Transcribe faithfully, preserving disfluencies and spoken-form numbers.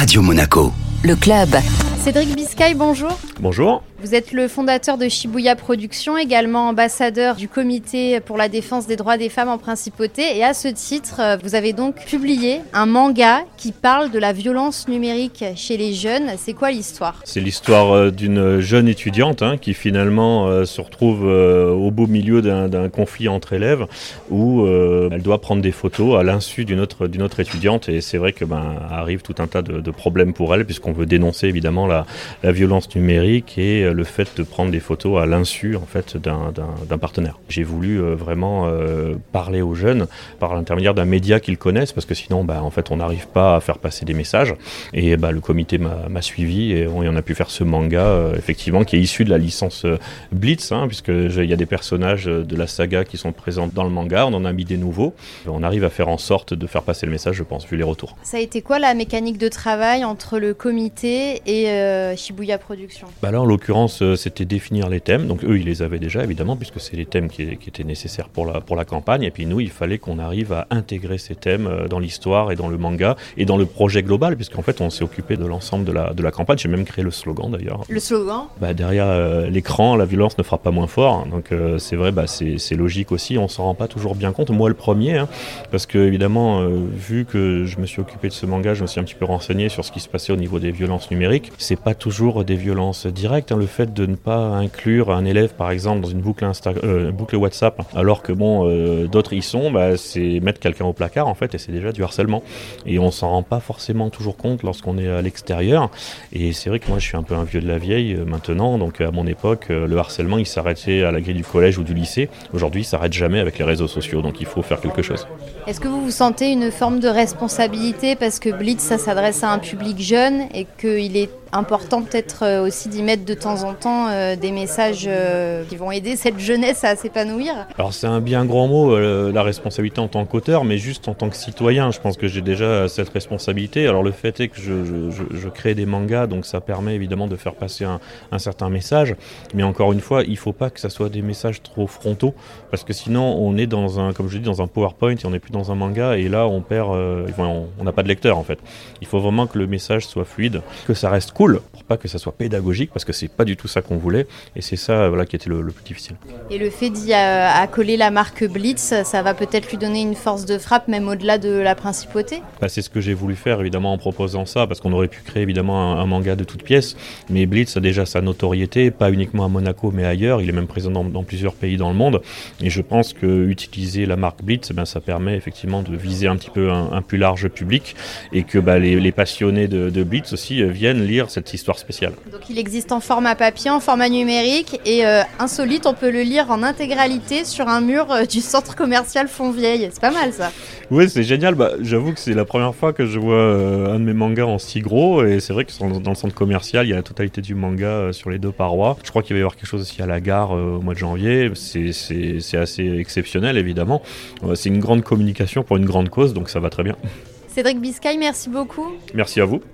Radio Monaco. Le club. Cédric Biscay, bonjour. Bonjour. Vous êtes le fondateur de Shibuya Productions, également ambassadeur du comité pour la défense des droits des femmes en principauté. Et à ce titre, vous avez donc publié un manga qui parle de la violence numérique chez les jeunes. C'est quoi l'histoire ? C'est l'histoire d'une jeune étudiante hein, qui finalement euh, se retrouve euh, au beau milieu d'un, d'un conflit entre élèves où euh, elle doit prendre des photos à l'insu d'une autre, d'une autre étudiante. Et c'est vrai que ben, arrive tout un tas de, de problèmes pour elle puisqu'on veut dénoncer évidemment la, la violence numérique et le fait de prendre des photos à l'insu en fait, d'un, d'un, d'un partenaire. J'ai voulu euh, vraiment euh, parler aux jeunes par l'intermédiaire d'un média qu'ils connaissent parce que sinon bah, en fait, on n'arrive pas à faire passer des messages. Et bah, le comité m'a, m'a suivi et on, et on a pu faire ce manga euh, effectivement, qui est issu de la licence euh, Blitz, hein, puisqu'il y a des personnages de la saga qui sont présents dans le manga, on en a mis des nouveaux. On arrive à faire en sorte de faire passer le message, je pense, vu les retours. Ça a été quoi la mécanique de travail entre le comité et euh, Shibuya Productions ? Bah là, en l'occurrence, c'était définir les thèmes. Donc eux, ils les avaient déjà, évidemment, puisque c'est les thèmes qui, qui étaient nécessaires pour la, pour la campagne. Et puis nous, il fallait qu'on arrive à intégrer ces thèmes dans l'histoire et dans le manga et dans le projet global, puisqu'en fait, on s'est occupé de l'ensemble de la, de la campagne. J'ai même créé le slogan, d'ailleurs. Le slogan ? Bah, derrière euh, l'écran, la violence ne frappe pas moins fort. Donc euh, c'est vrai, bah, c'est, c'est logique aussi. On s'en rend pas toujours bien compte. Moi, le premier, hein, parce que évidemment, euh, vu que je me suis occupé de ce manga, je me suis un petit peu renseigné sur ce qui se passait au niveau des violences numériques. C'est pas toujours des violences directes. Hein, le fait de ne pas inclure un élève par exemple dans une boucle, Insta- euh, boucle WhatsApp alors que bon euh, d'autres y sont, bah, c'est mettre quelqu'un au placard en fait et c'est déjà du harcèlement et on s'en rend pas forcément toujours compte lorsqu'on est à l'extérieur et c'est vrai que moi je suis un peu un vieux de la vieille euh, maintenant, donc à mon époque euh, le harcèlement il s'arrêtait à la grille du collège ou du lycée. Aujourd'hui il s'arrête jamais avec les réseaux sociaux, donc il faut faire quelque chose. Est-ce que vous vous sentez une forme de responsabilité parce que Blitz ça s'adresse à un public jeune et qu'il est important peut-être aussi d'y mettre de temps en temps euh, des messages euh, qui vont aider cette jeunesse à s'épanouir ? Alors c'est un bien grand mot, euh, la responsabilité en tant qu'auteur, mais juste en tant que citoyen, je pense que j'ai déjà cette responsabilité. Alors le fait est que je, je, je, je crée des mangas, donc ça permet évidemment de faire passer un, un certain message, mais encore une fois, il ne faut pas que ça soit des messages trop frontaux, parce que sinon on est dans un, comme je dis, dans un PowerPoint et on n'est plus dans un manga, et là on perd, euh, on n'a pas de lecteur en fait. Il faut vraiment que le message soit fluide, que ça reste cool, pour pas que ça soit pédagogique, parce que c'est pas du tout ça qu'on voulait, et c'est ça voilà, qui était le, le plus difficile. Et le fait d'y accoler la marque Blitz, ça va peut-être lui donner une force de frappe, même au-delà de la principauté ? Bah, c'est ce que j'ai voulu faire, évidemment, en proposant ça, parce qu'on aurait pu créer, évidemment, un, un manga de toutes pièces, mais Blitz a déjà sa notoriété, pas uniquement à Monaco, mais ailleurs, il est même présent dans, dans plusieurs pays dans le monde, et je pense qu'utiliser la marque Blitz, ben, ça permet effectivement de viser un petit peu un, un plus large public, et que bah, les, les passionnés de, de Blitz aussi euh, viennent lire cette histoire spéciale. Donc il existe en format papier, en format numérique et euh, insolite, on peut le lire en intégralité sur un mur euh, du centre commercial Fontvieille. C'est pas mal ça. Oui, c'est génial. Bah, j'avoue que c'est la première fois que je vois euh, un de mes mangas en si gros et c'est vrai que dans, dans le centre commercial, il y a la totalité du manga euh, sur les deux parois. Je crois qu'il va y avoir quelque chose aussi à la gare euh, au mois de janvier. C'est, c'est, c'est assez exceptionnel évidemment. Euh, c'est une grande communication pour une grande cause, donc ça va très bien. Cédric Biscay, merci beaucoup. Merci à vous.